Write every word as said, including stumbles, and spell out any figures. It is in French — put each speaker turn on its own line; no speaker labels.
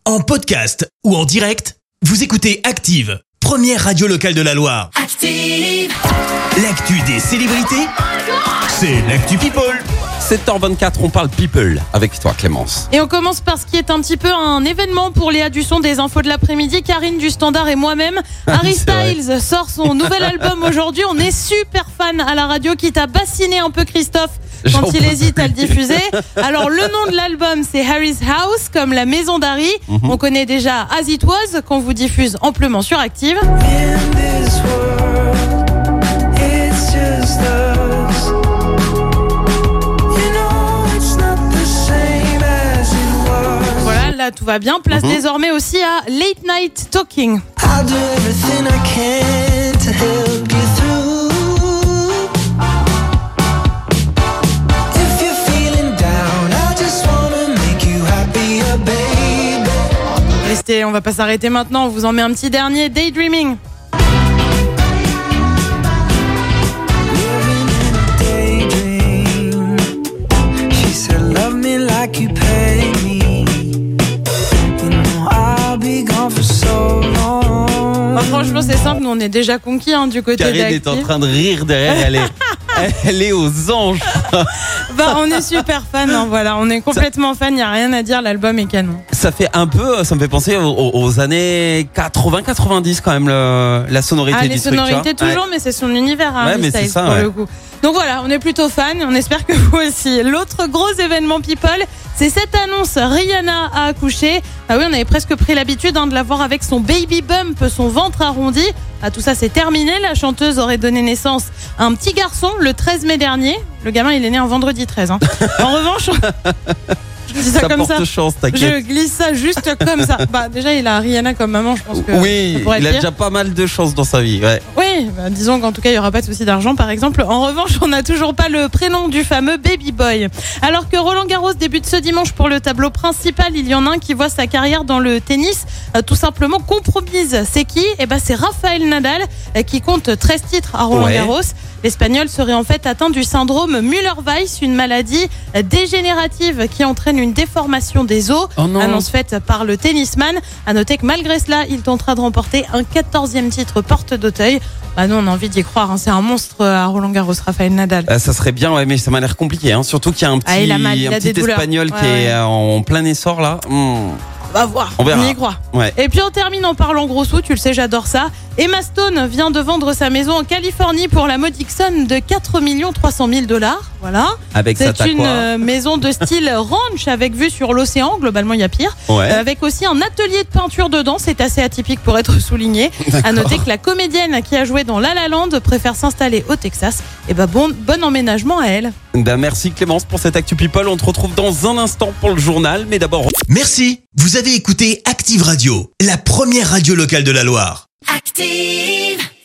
En podcast ou en direct, vous écoutez Active, première radio locale de la Loire. Active! L'actu des célébrités, c'est l'actu People.
sept heures vingt-quatre, on parle people avec toi Clémence.
Et on commence par ce qui est un petit peu un événement pour Léa Dusson des infos de l'après-midi, Karine du Standard et moi-même. Harry Styles sort son nouvel album aujourd'hui. On est super fan à la radio, quitte à bassiner un peu Christophe quand J'en il hésite à le diffuser. Alors le nom de l'album, c'est Harry's House, comme la maison d'Harry. Mm-hmm. On connaît déjà As It Was, qu'on vous diffuse amplement sur Active. Voilà, là tout va bien. Place mm-hmm. désormais aussi à Late Night Talking. Restez, on va pas s'arrêter maintenant, on vous en met un petit dernier, Daydreaming. Oh, franchement c'est simple, nous on est déjà conquis hein, du côté
d'Active.
Karine
est en train de rire derrière, elle est, elle est aux anges.
Bah, on est super fan, hein, voilà, on est complètement fan, il n'y a rien à dire, l'album est canon.
Ça fait un peu, ça me fait penser aux, aux années quatre-vingts quatre-vingt-dix quand même, le, la sonorité
ah,
du
les
truc.
sonorités toujours, ouais. Mais c'est son univers, hein,
ouais, mais
Styles,
c'est ça,
pour
ouais.
le coup. Donc voilà, on est plutôt fan, on espère que vous aussi. L'autre gros événement people, c'est cette annonce, Rihanna a accouché. Ah oui, on avait presque pris l'habitude hein, de la voir avec son baby bump, son ventre arrondi. Ah, tout ça c'est terminé, la chanteuse aurait donné naissance à un petit garçon le treize mai dernier. Le gamin il est né un vendredi treize. Hein. En revanche... Je dis ça, ça comme
porte
ça.
chance,
je glisse ça juste comme ça. Bah déjà il a Rihanna comme maman, je pense que
oui,
ça pourrait
il
être
a
pire.
déjà pas mal de chance dans sa vie. Ouais.
Oui, bah, disons qu'en tout cas il y aura pas de souci d'argent par exemple. En revanche, on n'a toujours pas le prénom du fameux baby boy. Alors que Roland Garros débute ce dimanche pour le tableau principal, il y en a un qui voit sa carrière dans le tennis euh, tout simplement compromise. C'est qui ? Eh ben c'est Rafael Nadal euh, qui compte treize titres à Roland Garros. Ouais. L'Espagnol serait en fait atteint du syndrome Müller-Weiss, une maladie dégénérative qui entraîne une déformation des os. Oh annonce faite par le tennisman. À noter que malgré cela, il tentera de remporter un quatorzième titre porte d'Auteuil. Bah nous, on a envie d'y croire. Hein. C'est un monstre à Roland Garros, Rafael Nadal.
Euh, ça serait bien, ouais, mais ça m'a l'air compliqué. Hein. Surtout qu'il y a un petit, ah, il a mal, il a un petit Espagnol ouais, qui ouais. est en plein essor là. Mmh.
On va voir,
on,
on y croit.
Ouais.
Et puis on termine en parlant gros sous, tu le sais, j'adore ça. Emma Stone vient de vendre sa maison en Californie pour la modique somme de quatre millions trois cent mille dollars. Voilà.
Avec
c'est une
quoi
maison de style ranch avec vue sur l'océan. Globalement, il y a pire.
Ouais.
Euh, avec aussi un atelier de peinture dedans. C'est assez atypique pour être souligné. À noter que la comédienne qui a joué dans La La Land préfère s'installer au Texas. Et ben bon, bon emménagement à elle.
Ben merci Clémence pour cette Actu People. On te retrouve dans un instant pour le journal. Mais d'abord...
Merci. Vous avez écouté Active Radio, la première radio locale de la Loire. Active!